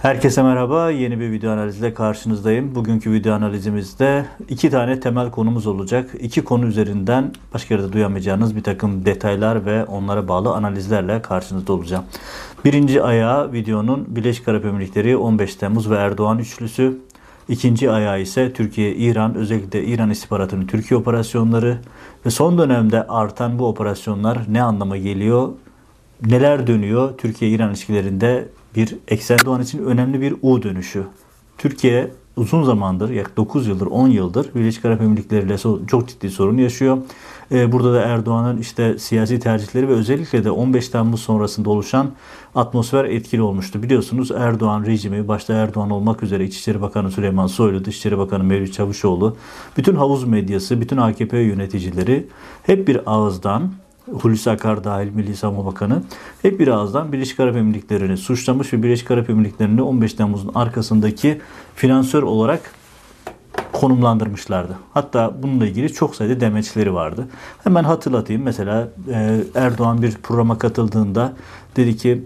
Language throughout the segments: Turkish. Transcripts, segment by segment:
Herkese merhaba. Yeni bir video analizle karşınızdayım. Bugünkü video analizimizde iki tane temel konumuz olacak. İki konu üzerinden başka yerde duyamayacağınız bir takım detaylar ve onlara bağlı analizlerle karşınızda olacağım. Birinci ayağı videonun Birleşik Arap Emirlikleri 15 Temmuz ve Erdoğan üçlüsü. İkinci ayağı ise Türkiye-İran, özellikle İran istihbaratının Türkiye operasyonları ve son dönemde artan bu operasyonlar ne anlama geliyor? Neler dönüyor Türkiye-İran ilişkilerinde? Bir Erdoğan için önemli bir U dönüşü. Türkiye uzun zamandır, yaklaşık 9 yıldır, 10 yıldır Birleşik Arap Emirlikleri ile çok ciddi sorun yaşıyor. Burada da Erdoğan'ın siyasi tercihleri ve özellikle de 15 Temmuz sonrasında oluşan atmosfer etkili olmuştu. Biliyorsunuz Erdoğan rejimi, başta Erdoğan olmak üzere İçişleri Bakanı Süleyman Soylu, Dışişleri Bakanı Mevlüt Çavuşoğlu, bütün havuz medyası, bütün AKP yöneticileri hep bir ağızdan, Hulusi Akar dahil Milli Savunma Bakanı hep bir ağızdan Birleşik Arap Emirlikleri'ni suçlamış ve Birleşik Arap Emirlikleri'ni 15 Temmuz'un arkasındaki finansör olarak konumlandırmışlardı. Hatta bununla ilgili çok sayıda demeçleri vardı. Hemen hatırlatayım. Mesela Erdoğan bir programa katıldığında dedi ki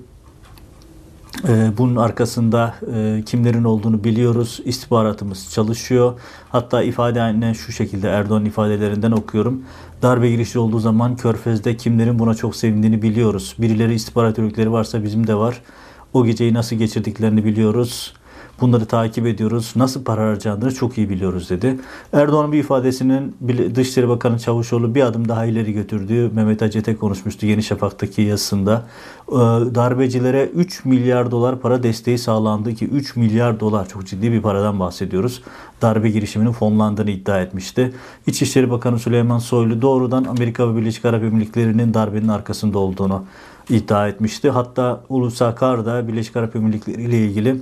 bunun arkasında kimlerin olduğunu biliyoruz. İstihbaratımız çalışıyor. Hatta ifade şu şekilde, Erdoğan'ın ifadelerinden okuyorum. Darbe girişi olduğu zaman Körfez'de kimlerin buna çok sevindiğini biliyoruz. Birileri istihbarat örgütleri varsa bizim de var. O geceyi nasıl geçirdiklerini biliyoruz. Bunları takip ediyoruz. Nasıl para harcandığını çok iyi biliyoruz dedi. Erdoğan'ın bir ifadesinin Dışişleri Bakanı Çavuşoğlu bir adım daha ileri götürdüğü Mehmet Acet'e konuşmuştu Yeni Şafak'taki yazısında. Darbecilere 3 milyar dolar para desteği sağlandı ki 3 milyar dolar çok ciddi bir paradan bahsediyoruz. Darbe girişiminin fonlandığını iddia etmişti. İçişleri Bakanı Süleyman Soylu doğrudan Amerika ve Birleşik Arap Emirlikleri'nin darbenin arkasında olduğunu iddia etmişti. Hatta Hulusi Akar da Birleşik Arap Emirlikleri ile ilgili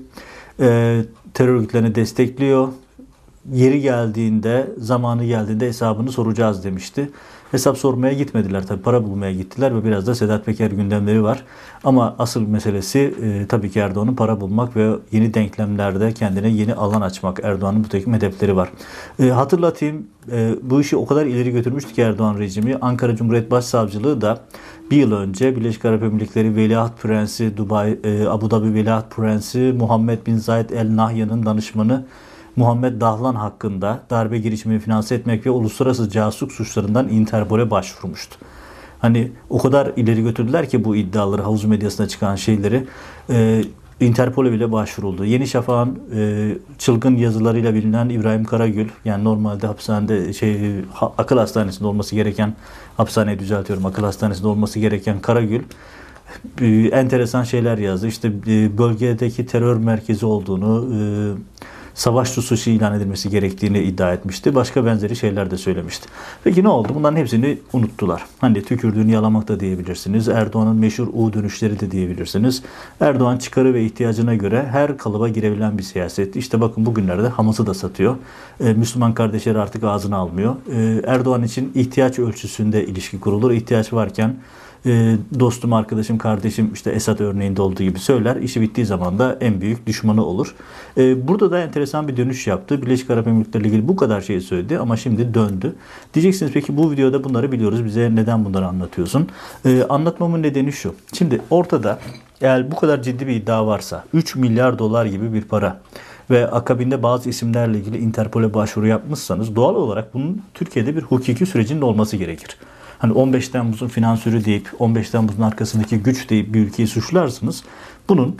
terör örgütlerini destekliyor. Yeri geldiğinde, zamanı geldiğinde hesabını soracağız demişti. Hesap sormaya gitmediler tabii, para bulmaya gittiler ve biraz da Sedat Peker gündemleri var. Ama asıl meselesi tabii ki Erdoğan'ın para bulmak ve yeni denklemlerde kendine yeni alan açmak. Erdoğan'ın bu takım hedefleri var. Hatırlatayım, bu işi o kadar ileri götürmüştü ki Erdoğan rejimi. Ankara Cumhuriyet Başsavcılığı da bir yıl önce Birleşik Arap Emirlikleri Veliaht Prensi, Abu Dhabi Veliaht Prensi Muhammed bin Zayed El Nahyan'ın danışmanı Muhammed Dahlan hakkında darbe girişimini finanse etmek ve uluslararası casus suçlarından Interpol'e başvurmuştu. Hani o kadar ileri götürdüler ki bu iddiaları, havuz medyasına çıkan şeyleri, Interpol'e bile başvuruldu. Yeni Şafak'ın çılgın yazılarıyla bilinen İbrahim Karagül, yani normalde hapishanede akıl hastanesinde olması gereken, hapishaneyi düzeltiyorum, akıl hastanesinde olması gereken Karagül enteresan şeyler yazdı. Bölgedeki terör merkezi olduğunu, savaş suçu ilan edilmesi gerektiğini iddia etmişti. Başka benzeri şeyler de söylemişti. Peki ne oldu? Bunların hepsini unuttular. Hani tükürdüğünü yalamak da diyebilirsiniz. Erdoğan'ın meşhur U dönüşleri de diyebilirsiniz. Erdoğan çıkarı ve ihtiyacına göre her kalıba girebilen bir siyaset. İşte bakın bugünlerde Hamas'ı da satıyor. Müslüman kardeşleri artık ağzına almıyor. Erdoğan için ihtiyaç ölçüsünde ilişki kurulur. İhtiyaç varken dostum, arkadaşım, kardeşim, Esad örneğinde olduğu gibi söyler. İşi bittiği zaman da en büyük düşmanı olur. Burada da enteresan bir dönüş yaptı. Birleşik Arap Emirlikleri ile ilgili bu kadar şey söyledi ama şimdi döndü. Diyeceksiniz peki bu videoda bunları biliyoruz. Bize neden bunları anlatıyorsun? Anlatmamın nedeni şu. Şimdi ortada eğer bu kadar ciddi bir iddia varsa, 3 milyar dolar gibi bir para ve akabinde bazı isimlerle ilgili Interpol'e başvuru yapmışsanız doğal olarak bunun Türkiye'de bir hukuki sürecinin olması gerekir. Hani 15 Temmuz'un finansörü deyip 15 Temmuz'un arkasındaki güç deyip bir ülkeyi suçlarsınız. Bunun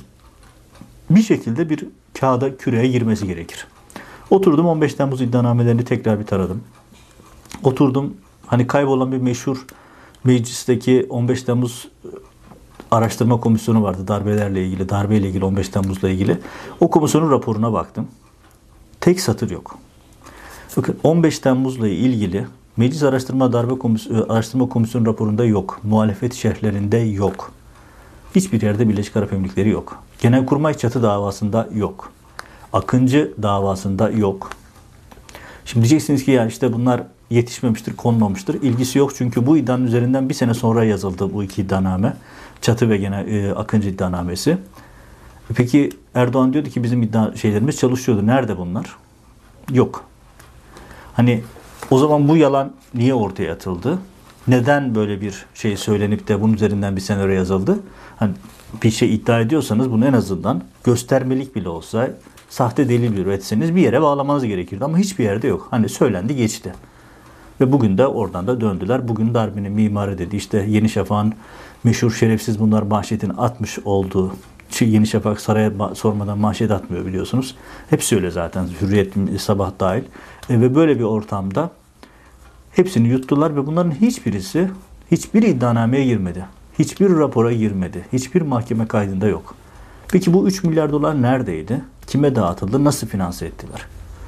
bir şekilde bir kağıda, küreye girmesi gerekir. Oturdum 15 Temmuz iddianamelerini tekrar bir taradım. Oturdum, hani kaybolan bir meşhur meclisteki 15 Temmuz araştırma komisyonu vardı darbelerle ilgili, darbeyle ilgili, 15 Temmuz'la ilgili. O komisyonun raporuna baktım. Tek satır yok. Bakın 15 Temmuz'la ilgili Meclis Araştırma Komisyonu raporunda yok. Muhalefet şerhlerinde yok. Hiçbir yerde Birleşik Arap Emirlikleri yok. Genelkurmay çatı davasında yok. Akıncı davasında yok. Şimdi diyeceksiniz ki bunlar yetişmemiştir, konmamıştır. İlgisi yok çünkü bu iddianın üzerinden bir sene sonra yazıldı bu iki iddianame. Çatı ve Akıncı iddianamesi. Peki Erdoğan diyordu ki bizim şeylerimiz çalışıyordu. Nerede bunlar? Yok. Hani o zaman bu yalan niye ortaya atıldı? neden böyle bir şey söylenip de bunun üzerinden bir senaryo yazıldı? Hani bir şey iddia ediyorsanız bunu en azından göstermelik bile olsa sahte delil üretseniz bir yere bağlamanız gerekirdi. Ama hiçbir yerde yok. Hani söylendi geçti. Ve bugün de oradan da döndüler. Bugün darbenin mimarı dedi. İşte Yeni Şafak'ın meşhur şerefsiz bunlar manşetini atmış olduğu. Yeni Şafak saraya sormadan manşet atmıyor biliyorsunuz. Hepsi öyle zaten. Hürriyet, Sabah dahil. Ve böyle bir ortamda hepsini yuttular ve bunların hiçbir iddianameye girmedi. Hiçbir rapora girmedi. Hiçbir mahkeme kaydında yok. Peki bu 3 milyar dolar neredeydi? Kime dağıtıldı? Nasıl finanse ettiler?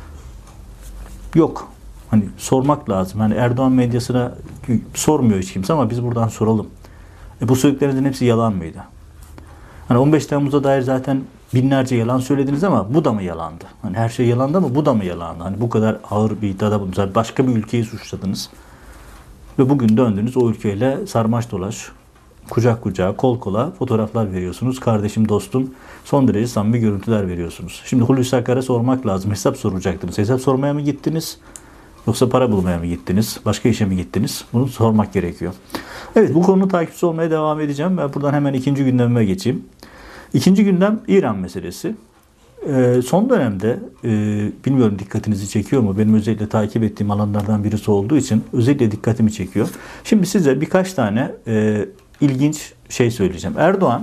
Yok. Hani sormak lazım. Hani Erdoğan medyasına sormuyor hiç kimse ama biz buradan soralım. Bu söylediklerinizin hepsi yalan mıydı? Hani 15 Temmuz'a dair zaten binlerce yalan söylediniz ama bu da mı yalandı? Hani her şey yalandı ama bu da mı yalandı? Hani bu kadar ağır bir iddiada bulundunuz. Başka bir ülkeyi suçladınız. Ve bugün döndünüz o ülkeyle sarmaş dolaş, kucak kucağa, kol kola fotoğraflar veriyorsunuz. Kardeşim, dostum, son derece samimi görüntüler veriyorsunuz. Şimdi Hulusi Akar'a sormak lazım. Hesap soracaktınız. Hesap sormaya mı gittiniz? Yoksa para bulmaya mı gittiniz? Başka işe mi gittiniz? Bunu sormak gerekiyor. Evet, bu konunun takipçisi olmaya devam edeceğim. Ben buradan hemen ikinci gündemime geçeyim. İkinci gündem İran meselesi. Son dönemde bilmiyorum dikkatinizi çekiyor mu? Benim özellikle takip ettiğim alanlardan birisi olduğu için özellikle dikkatimi çekiyor. Şimdi size birkaç tane ilginç şey söyleyeceğim. Erdoğan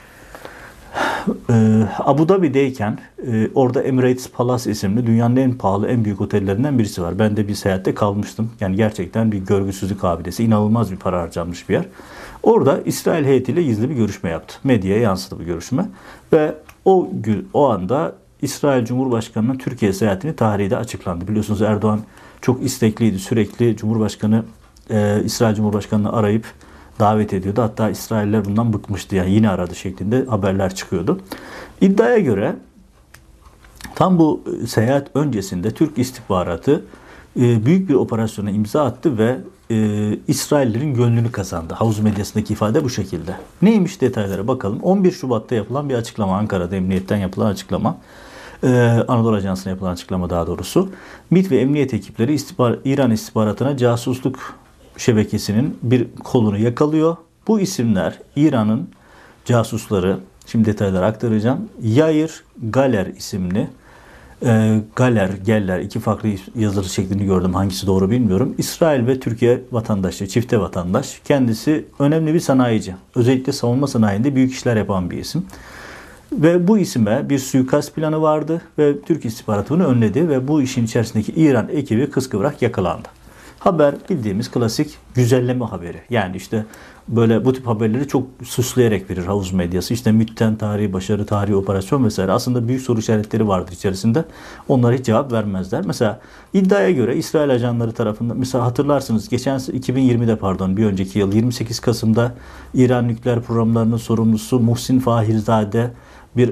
Abu Dhabi'deyken orada Emirates Palace isimli dünyanın en pahalı, en büyük otellerinden birisi var. Ben de bir seyahatte kalmıştım. Yani gerçekten bir görgüsüzlük abidesi. İnanılmaz bir para harcanmış bir yer. Orada İsrail heyetiyle gizli bir görüşme yaptı. Medyaya yansıdı bu görüşme. Ve o anda İsrail Cumhurbaşkanı'nın Türkiye seyahatini tarihi de açıklandı. Biliyorsunuz Erdoğan çok istekliydi. Sürekli İsrail Cumhurbaşkanı'nı arayıp davet ediyordu. Hatta İsrailler bundan bıkmıştı. Yani yine aradı şeklinde haberler çıkıyordu. İddiaya göre tam bu seyahat öncesinde Türk istihbaratı büyük bir operasyona imza attı ve İsraillerin gönlünü kazandı. Havuz medyasındaki ifade bu şekilde. Neymiş detaylara bakalım. 11 Şubat'ta yapılan bir açıklama. Ankara'da emniyetten yapılan açıklama. Anadolu Ajansı'na yapılan açıklama daha doğrusu. MİT ve emniyet ekipleri İran istihbaratına casusluk şebekesinin bir kolunu yakalıyor. Bu isimler İran'ın casusları. Şimdi detayları aktaracağım. Yair Galer isimli Geller iki farklı yazılı şeklini gördüm. Hangisi doğru bilmiyorum. İsrail ve Türkiye vatandaşı, çifte vatandaş. Kendisi önemli bir sanayici. Özellikle savunma sanayinde büyük işler yapan bir isim. Ve bu isime bir suikast planı vardı ve Türk istihbaratı bunu önledi ve bu işin içerisindeki İran ekibi kıskıvrak yakalandı. Haber bildiğimiz klasik güzelleme haberi. Yani işte böyle bu tip haberleri çok süsleyerek verir havuz medyası. İşte MİT'ten tarihi, başarı, tarihi operasyon vesaire. Aslında büyük soru işaretleri vardır içerisinde. Onlara hiç cevap vermezler. Mesela iddiaya göre İsrail ajanları tarafından, mesela hatırlarsınız geçen 2020'de bir önceki yıl 28 Kasım'da İran nükleer programlarının sorumlusu Muhsin Fahirzade bir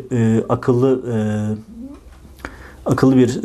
akıllı bir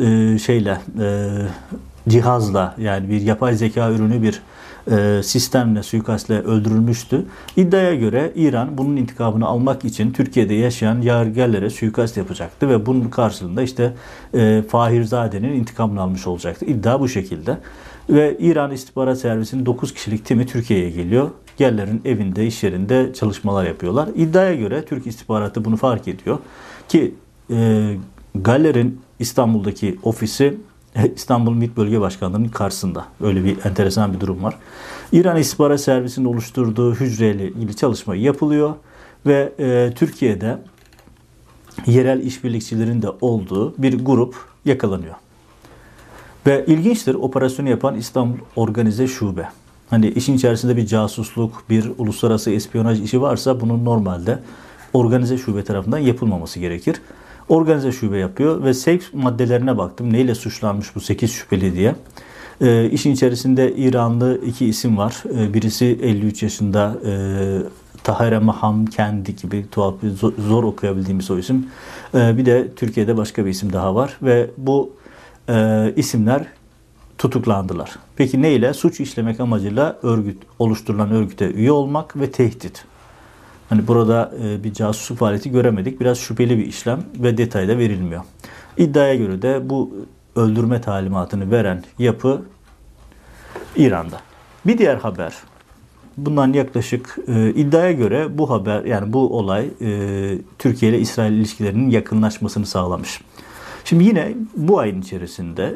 cihazla, yani bir yapay zeka ürünü bir sistemle, suikastle öldürülmüştü. İddiaya göre İran bunun intikamını almak için Türkiye'de yaşayan Yagerlere suikast yapacaktı ve bunun karşılığında işte Fahirzade'nin intikamını almış olacaktı. İddia bu şekilde. Ve İran İstihbarat Servisi'nin 9 kişilik timi Türkiye'ye geliyor. Gellerin evinde, iş yerinde çalışmalar yapıyorlar. İddiaya göre Türk istihbaratı bunu fark ediyor ki Galler'in İstanbul'daki ofisi İstanbul MİT Bölge Başkanlığı'nın karşısında. Öyle bir enteresan bir durum var. İran İstihbarat Servisi'nin oluşturduğu hücreyle ilgili çalışma yapılıyor ve Türkiye'de yerel işbirlikçilerin de olduğu bir grup yakalanıyor. Ve ilginçtir, operasyonu yapan İstanbul Organize Şube. Hani işin içerisinde bir casusluk, bir uluslararası espiyonaj işi varsa bunun normalde organize şube tarafından yapılmaması gerekir. Organize şube yapıyor ve sevk maddelerine baktım. Neyle suçlanmış bu 8 şüpheli diye. İşin içerisinde İranlı 2 isim var. Birisi 53 yaşında Tahir Maham Kendi gibi tuhaf, zor okuyabildiğim bir soy isim. Bir de Türkiye'de başka bir isim daha var ve bu isimler tutuklandılar. Peki neyle? Suç işlemek amacıyla oluşturulan örgüte üye olmak ve tehdit. Hani burada bir casusluk faaliyeti göremedik. Biraz şüpheli bir işlem ve detayda verilmiyor. İddiaya göre de bu öldürme talimatını veren yapı İran'da. Bir diğer haber. bundan yaklaşık iddiaya göre bu haber, yani bu olay Türkiye ile İsrail ilişkilerinin yakınlaşmasını sağlamış. Şimdi yine bu ayın içerisinde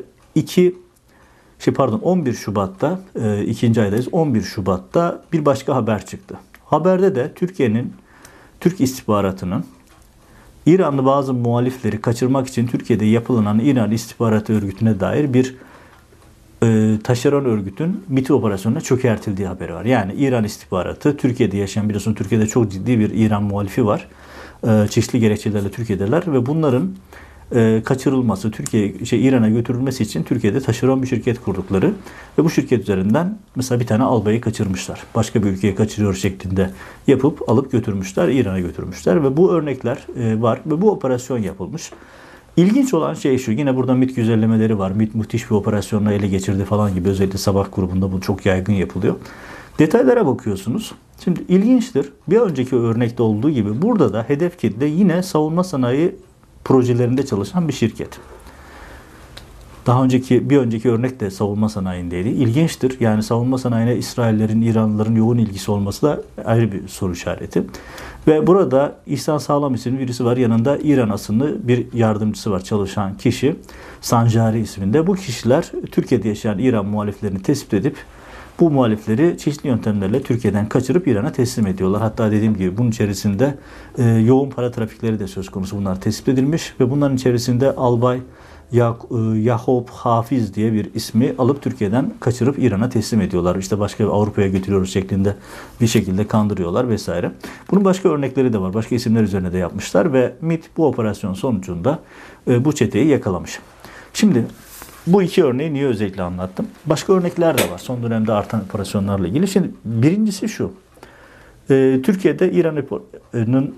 11 Şubat'ta, ikinci aydayız, 11 Şubat'ta bir başka haber çıktı. Haberde de Türk istihbaratının İranlı bazı muhalifleri kaçırmak için Türkiye'de yapılan İran İstihbarat Örgütü'ne dair bir taşeron örgütün MİT operasyonuna çökertildiği haberi var. Yani İran istihbaratı Türkiye'de yaşayan, biliyorsun Türkiye'de çok ciddi bir İran muhalifi var. Çeşitli gerekçelerle Türkiye'deler ve bunların kaçırılması, İran'a götürülmesi için Türkiye'de taşeron bir şirket kurdukları ve bu şirket üzerinden mesela bir tane albayı kaçırmışlar. Başka bir ülkeye kaçırıyor şeklinde yapıp alıp götürmüşler, İran'a götürmüşler ve bu örnekler var ve bu operasyon yapılmış. İlginç olan şey şu, yine burada MİT güzellemeleri var. MİT müthiş bir operasyonla ele geçirdi falan gibi, özellikle Sabah grubunda bu çok yaygın yapılıyor. Detaylara bakıyorsunuz. Şimdi ilginçtir. Bir önceki örnekte olduğu gibi burada da hedef kitle yine savunma sanayi projelerinde çalışan bir şirket. Bir önceki örnek de savunma sanayindeydi. İlginçtir. Yani savunma sanayine İsraillerin, İranlıların yoğun ilgisi olması da ayrı bir soru işareti. Ve burada İhsan Sağlam isimli birisi var. Yanında İran asıllı bir yardımcısı var, çalışan kişi. Sanjari isminde. Bu kişiler Türkiye'de yaşayan İran muhaliflerini tespit edip bu muhalifleri çeşitli yöntemlerle Türkiye'den kaçırıp İran'a teslim ediyorlar. Hatta dediğim gibi bunun içerisinde yoğun para trafikleri de söz konusu. Bunlar tespit edilmiş ve bunların içerisinde Albay Yakup Hafiz diye bir ismi alıp Türkiye'den kaçırıp İran'a teslim ediyorlar. İşte başka bir Avrupa'ya götürüyoruz şeklinde bir şekilde kandırıyorlar vesaire. Bunun başka örnekleri de var. Başka isimler üzerine de yapmışlar ve MİT bu operasyon sonucunda bu çeteyi yakalamış. Şimdi bu iki örneği niye özellikle anlattım? Başka örnekler de var son dönemde artan operasyonlarla ilgili. Şimdi birincisi şu. Türkiye'de İran'ın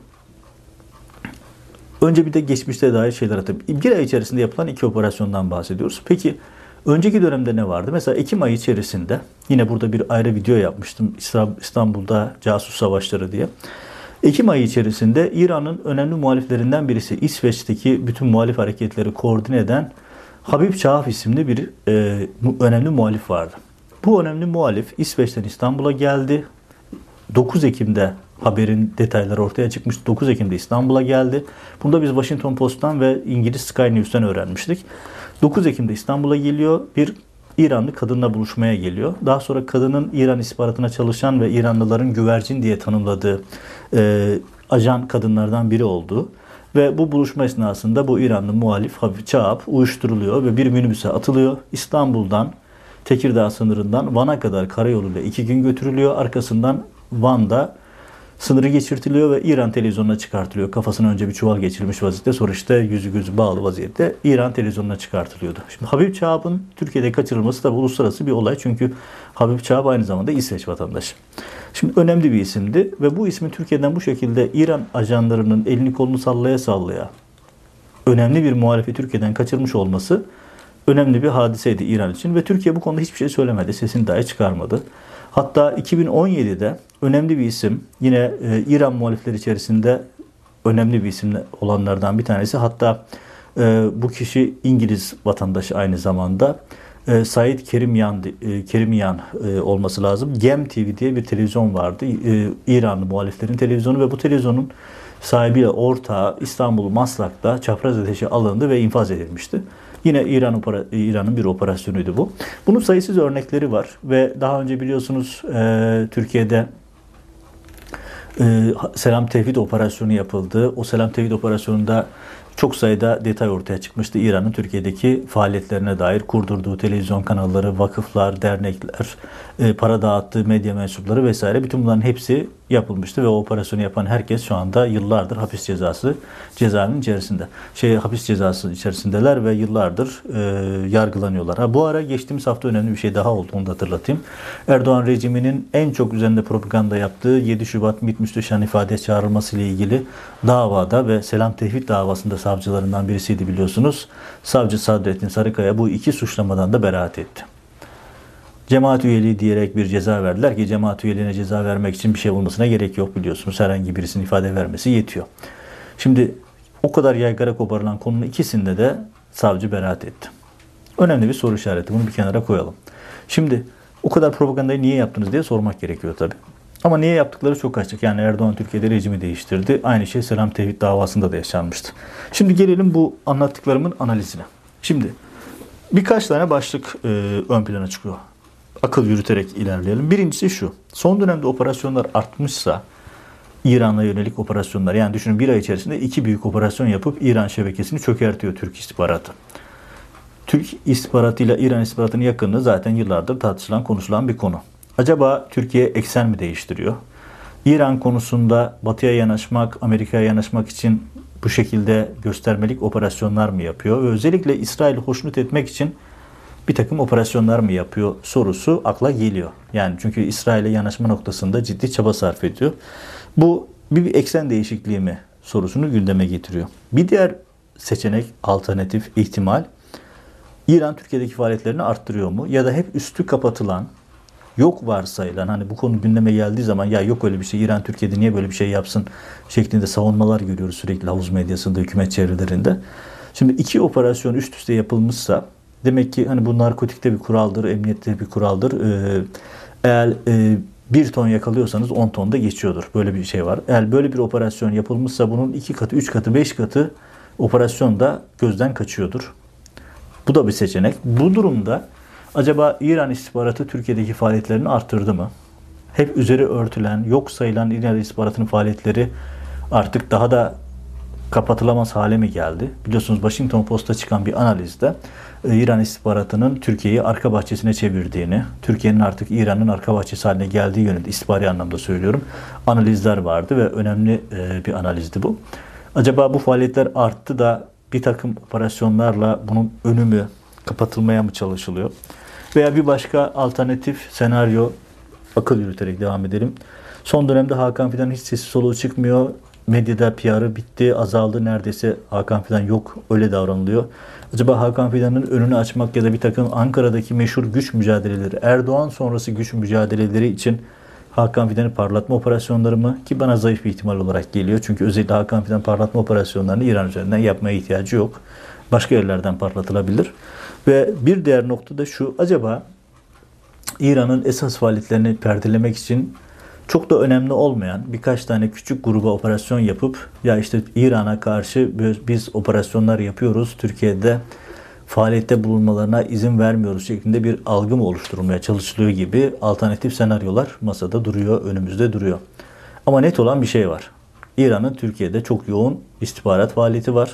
önce bir de geçmişte dair şeyler atayım. Bir ay içerisinde yapılan iki operasyondan bahsediyoruz. Peki önceki dönemde ne vardı? Mesela Ekim ayı içerisinde, yine burada bir ayrı video yapmıştım. İstanbul'da casus savaşları diye. Ekim ayı içerisinde İran'ın önemli muhaliflerinden birisi, İsveç'teki bütün muhalif hareketleri koordine eden Habib Çağaf isimli bir önemli muhalif vardı. Bu önemli muhalif İsveç'ten İstanbul'a geldi. 9 Ekim'de haberin detayları ortaya çıkmıştı. 9 Ekim'de İstanbul'a geldi. Bunu da biz Washington Post'tan ve İngiliz Sky News'tan öğrenmiştik. 9 Ekim'de İstanbul'a geliyor. Bir İranlı kadınla buluşmaya geliyor. Daha sonra kadının İran istihbaratına çalışan ve İranlıların güvercin diye tanımladığı ajan kadınlardan biri olduğu ve bu buluşma esnasında bu İranlı muhalif Habib Çağap uyuşturuluyor ve bir minibüse atılıyor. İstanbul'dan, Tekirdağ sınırından Van'a kadar karayoluyla 2 gün götürülüyor. Arkasından Van'da sınırı geçirtiliyor ve İran televizyonuna çıkartılıyor. Kafasına önce bir çuval geçirilmiş vaziyette, sonra işte yüzü gözü bağlı vaziyette İran televizyonuna çıkartılıyordu. Şimdi Habib Çağap'ın Türkiye'de kaçırılması da uluslararası bir olay. Çünkü Habib Çağap aynı zamanda İsveç vatandaşı. Şimdi önemli bir isimdi ve bu ismin Türkiye'den bu şekilde İran ajanlarının elini kolunu sallaya sallaya önemli bir muhalifi Türkiye'den kaçırmış olması önemli bir hadiseydi İran için ve Türkiye bu konuda hiçbir şey söylemedi, sesini dahi çıkarmadı. Hatta 2017'de önemli bir isim, yine İran muhalifleri içerisinde önemli bir isim olanlardan bir tanesi. Hatta bu kişi İngiliz vatandaşı aynı zamanda. Said Kerimyan olması lazım. Gem TV diye bir televizyon vardı. İranlı muhaliflerin televizyonu ve bu televizyonun sahibiyle ortağı İstanbul Maslak'ta çapraz ateşe alındı ve infaz edilmişti. Yine İran'ın bir operasyonuydu bu. Bunun sayısız örnekleri var ve daha önce biliyorsunuz Türkiye'de Selam Tevhid operasyonu yapıldı. O Selam Tevhid operasyonunda çok sayıda detay ortaya çıkmıştı. İran'ın Türkiye'deki faaliyetlerine dair kurdurduğu televizyon kanalları, vakıflar, dernekler, para dağıttığı medya mensupları vesaire, bütün bunların hepsi yapılmıştı ve o operasyonu yapan herkes şu anda yıllardır cezaevinin içerisinde. Hapis cezası içerisindeler ve yıllardır yargılanıyorlar. Bu ara geçtiğimiz hafta önemli bir şey daha oldu, onu da hatırlatayım. Erdoğan rejiminin en çok üzerinde propaganda yaptığı 7 Şubat MİT müsteşarına ifadeye çağrılması ile ilgili davada ve Selam Tevhid davasında savcılarından birisiydi biliyorsunuz. Savcı Sadrettin Sarıkaya bu iki suçlamadan da beraat etti. Cemaat üyeliği diyerek bir ceza verdiler ki cemaat üyeliğine ceza vermek için bir şey olmasına gerek yok biliyorsunuz. Herhangi birisinin ifade vermesi yetiyor. Şimdi o kadar yaygara koparılan konunun ikisinde de savcı beraat etti. Önemli bir soru işareti. Bunu bir kenara koyalım. Şimdi O kadar propagandayı niye yaptınız diye sormak gerekiyor tabii. Ama niye yaptıkları çok açık. Yani Erdoğan Türkiye'de rejimi değiştirdi. Aynı şey Selam Tevhid davasında da yaşanmıştı. Şimdi gelelim bu anlattıklarımın analizine. Şimdi birkaç tane başlık ön plana çıkıyor. Akıl yürüterek ilerleyelim. Birincisi şu. Son dönemde operasyonlar artmışsa İran'a yönelik operasyonlar, yani düşünün bir ay içerisinde 2 büyük operasyon yapıp İran şebekesini çökertiyor Türk istihbaratı. Türk istihbaratıyla İran istihbaratının yakınlığı zaten yıllardır tartışılan, konuşulan bir konu. Acaba Türkiye eksen mi değiştiriyor? İran konusunda Batı'ya yanaşmak, Amerika'ya yanaşmak için bu şekilde göstermelik operasyonlar mı yapıyor? Ve özellikle İsrail'i hoşnut etmek için bir takım operasyonlar mı yapıyor sorusu akla geliyor. Yani çünkü İsrail'e yanaşma noktasında ciddi çaba sarf ediyor. Bu bir eksen değişikliği mi sorusunu gündeme getiriyor. Bir diğer seçenek, alternatif ihtimal, İran Türkiye'deki faaliyetlerini arttırıyor mu? Ya da hep üstü kapatılan, yok varsayılan, hani bu konu gündeme geldiği zaman ya yok öyle bir şey, İran Türkiye'de niye böyle bir şey yapsın şeklinde savunmalar görüyoruz sürekli havuz medyasında, hükümet çevrelerinde. Şimdi 2 operasyon üst üste yapılmışsa demek ki hani bu narkotikte bir kuraldır, emniyette bir kuraldır. Eğer 1 ton yakalıyorsanız 10 ton da geçiyordur. Böyle bir şey var. Eğer böyle bir operasyon yapılmışsa bunun 2 katı, 3 katı, 5 katı operasyon da gözden kaçıyordur. Bu da bir seçenek. Bu durumda acaba İran istihbaratı Türkiye'deki faaliyetlerini arttırdı mı? Hep üzeri örtülen, yok sayılan İran istihbaratının faaliyetleri artık daha da kapatılamaz hale mi geldi? Biliyorsunuz Washington Post'ta çıkan bir analizde İran istihbaratının Türkiye'yi arka bahçesine çevirdiğini, Türkiye'nin artık İran'ın arka bahçesi haline geldiği yönünde, istihbari anlamda söylüyorum, analizler vardı ve önemli bir analizdi bu. Acaba bu faaliyetler arttı da bir takım operasyonlarla bunun önü mü kapatılmaya mı çalışılıyor? Veya bir başka alternatif senaryo, akıl yürüterek devam edelim. Son dönemde Hakan Fidan'ın hiç sesi soluğu çıkmıyor. Medyada PR'ı bitti, azaldı, neredeyse Hakan Fidan yok, öyle davranılıyor. Acaba Hakan Fidan'ın önünü açmak ya da bir takım Ankara'daki meşhur güç mücadeleleri, Erdoğan sonrası güç mücadeleleri için Hakan Fidan'ı parlatma operasyonları mı? Ki bana zayıf bir ihtimal olarak geliyor. Çünkü özellikle Hakan Fidan parlatma operasyonlarını İran üzerinden yapmaya ihtiyacı yok. Başka yerlerden parlatılabilir. Ve bir diğer nokta da şu. Acaba İran'ın esas faaliyetlerini perdelemek için çok da önemli olmayan birkaç tane küçük gruba operasyon yapıp ya işte İran'a karşı biz operasyonlar yapıyoruz, Türkiye'de faaliyette bulunmalarına izin vermiyoruz şeklinde bir algı mı oluşturulmaya çalışılıyor gibi alternatif senaryolar masada duruyor, önümüzde duruyor. Ama net olan bir şey var. İran'ın Türkiye'de çok yoğun istihbarat faaliyeti var.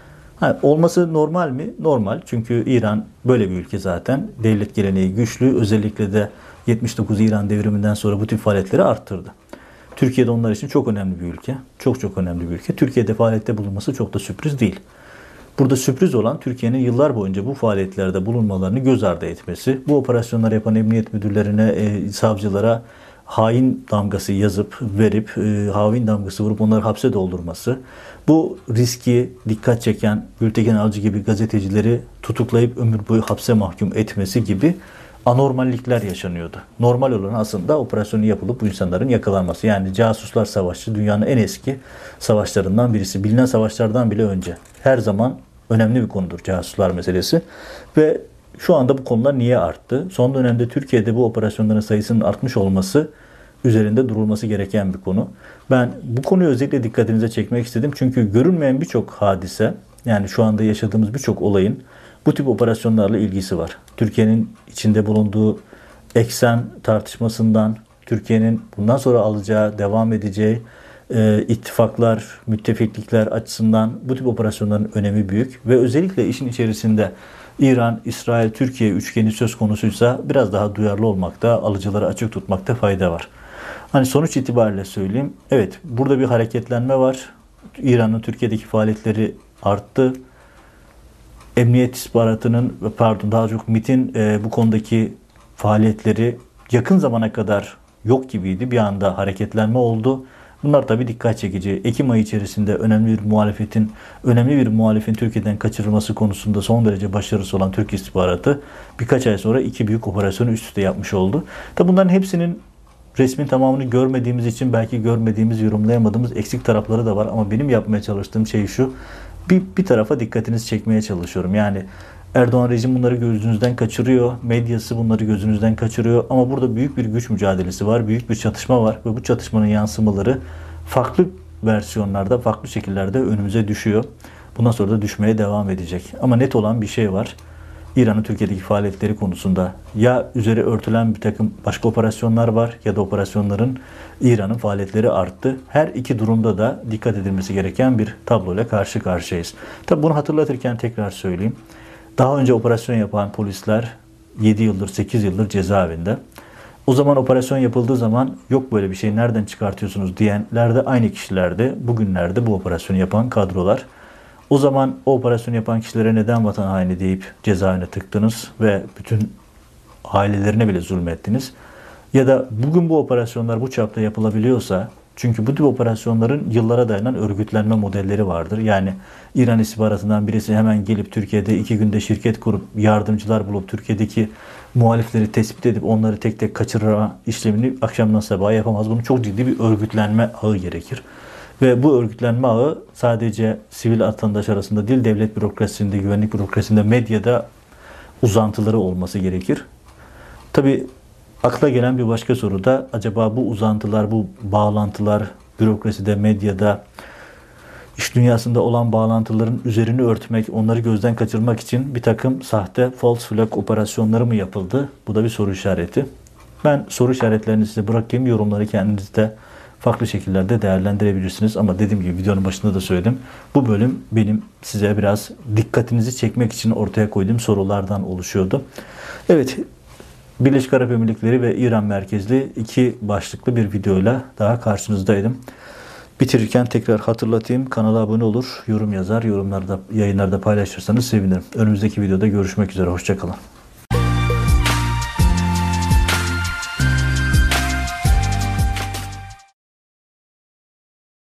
Olması normal mi? Normal. Çünkü İran böyle bir ülke zaten. Devlet geleneği güçlü. Özellikle de 79 İran devriminden sonra bu tip faaliyetleri arttırdı. Türkiye'de onlar için çok önemli bir ülke. Çok çok önemli bir ülke. Türkiye'de faaliyette bulunması çok da sürpriz değil. Burada sürpriz olan Türkiye'nin yıllar boyunca bu faaliyetlerde bulunmalarını göz ardı etmesi, bu operasyonları yapan emniyet müdürlerine, savcılara hain damgası yazıp verip, hain damgası vurup onları hapse doldurması, bu riski dikkat çeken Gültekin Avcı gibi gazetecileri tutuklayıp ömür boyu hapse mahkum etmesi gibi anormallikler yaşanıyordu. Normal olan aslında operasyonu yapılıp bu insanların yakalanması. Yani casuslar savaşı dünyanın en eski savaşlarından birisi. Bilinen savaşlardan bile önce. Her zaman önemli bir konudur casuslar meselesi. Ve şu anda bu konular niye arttı? Son dönemde Türkiye'de bu operasyonların sayısının artmış olması üzerinde durulması gereken bir konu. Ben bu konuyu özellikle dikkatinize çekmek istedim. Çünkü görünmeyen birçok hadise, yani şu anda yaşadığımız birçok olayın bu tip operasyonlarla ilgisi var. Türkiye'nin içinde bulunduğu eksen tartışmasından, Türkiye'nin bundan sonra alacağı, devam edeceği ittifaklar, müttefiklikler açısından bu tip operasyonların önemi büyük. Ve özellikle işin içerisinde İran, İsrail, Türkiye üçgeni söz konusuysa biraz daha duyarlı olmakta, alıcıları açık tutmakta fayda var. Hani sonuç itibariyle söyleyeyim. Evet, burada bir hareketlenme var. İran'ın Türkiye'deki faaliyetleri arttı. Emniyet istihbaratının, daha çok MİT'in bu konudaki faaliyetleri yakın zamana kadar yok gibiydi. Bir anda hareketlenme oldu. Bunlar tabii dikkat çekici. Ekim ayı içerisinde önemli bir muhalifin Türkiye'den kaçırılması konusunda son derece başarısı olan Türk istihbaratı birkaç ay sonra 2 büyük operasyonu üst üste yapmış oldu. Tabii bunların hepsinin resmin tamamını görmediğimiz için belki görmediğimiz, yorumlayamadığımız eksik tarafları da var. Ama benim yapmaya çalıştığım şey şu. Bir tarafa dikkatinizi çekmeye çalışıyorum. Yani Erdoğan rejim bunları gözünüzden kaçırıyor. Medyası bunları gözünüzden kaçırıyor. Ama burada büyük bir güç mücadelesi var. Büyük bir çatışma var. Ve bu çatışmanın yansımaları farklı versiyonlarda, farklı şekillerde önümüze düşüyor. Bundan sonra da düşmeye devam edecek. Ama net olan bir şey var. İran'ın Türkiye'deki faaliyetleri konusunda ya üzeri örtülen bir takım başka operasyonlar var ya da operasyonların İran'ın faaliyetleri arttı. Her iki durumda da dikkat edilmesi gereken bir tabloyla karşı karşıyayız. Tabi bunu hatırlatırken tekrar söyleyeyim. Daha önce operasyon yapan polisler 7 yıldır 8 yıldır cezaevinde. O zaman operasyon yapıldığı zaman yok böyle bir şey nereden çıkartıyorsunuz diyenler de aynı kişilerdi. Bugünlerde bu operasyonu yapan kadrolar. O zaman o operasyonu yapan kişilere neden vatan haini deyip cezaevine tıktınız ve bütün ailelerine bile zulmettiniz? Ya da bugün bu operasyonlar bu çapta yapılabiliyorsa, çünkü bu tip operasyonların yıllara dayanan örgütlenme modelleri vardır. Yani İran istihbaratından birisi hemen gelip Türkiye'de 2 günde şirket kurup yardımcılar bulup Türkiye'deki muhalifleri tespit edip onları tek tek kaçırma işlemini akşamdan sabaha yapamaz. Bunun çok ciddi bir örgütlenme ağı gerekir. Ve bu örgütlenme ağı sadece sivil vatandaş arasında değil, devlet bürokrasisinde, güvenlik bürokrasisinde, medyada uzantıları olması gerekir. Tabii akla gelen bir başka soru da acaba bu uzantılar, bu bağlantılar bürokraside, medyada, iş dünyasında olan bağlantıların üzerini örtmek, onları gözden kaçırmak için bir takım sahte false flag operasyonları mı yapıldı? Bu da bir soru işareti. Ben soru işaretlerini size bırakayım. Yorumları kendiniz de farklı şekillerde değerlendirebilirsiniz. Ama dediğim gibi videonun başında da söyledim. Bu bölüm benim size biraz dikkatinizi çekmek için ortaya koyduğum sorulardan oluşuyordu. Evet, Birleşik Arap Emirlikleri ve İran merkezli 2 başlıklı bir videoyla daha karşınızdaydım. Bitirirken tekrar hatırlatayım. Kanala abone olur, yorum yazar, yorumlarda, yayınlarda paylaşırsanız sevinirim. Önümüzdeki videoda görüşmek üzere. Hoşça kalın.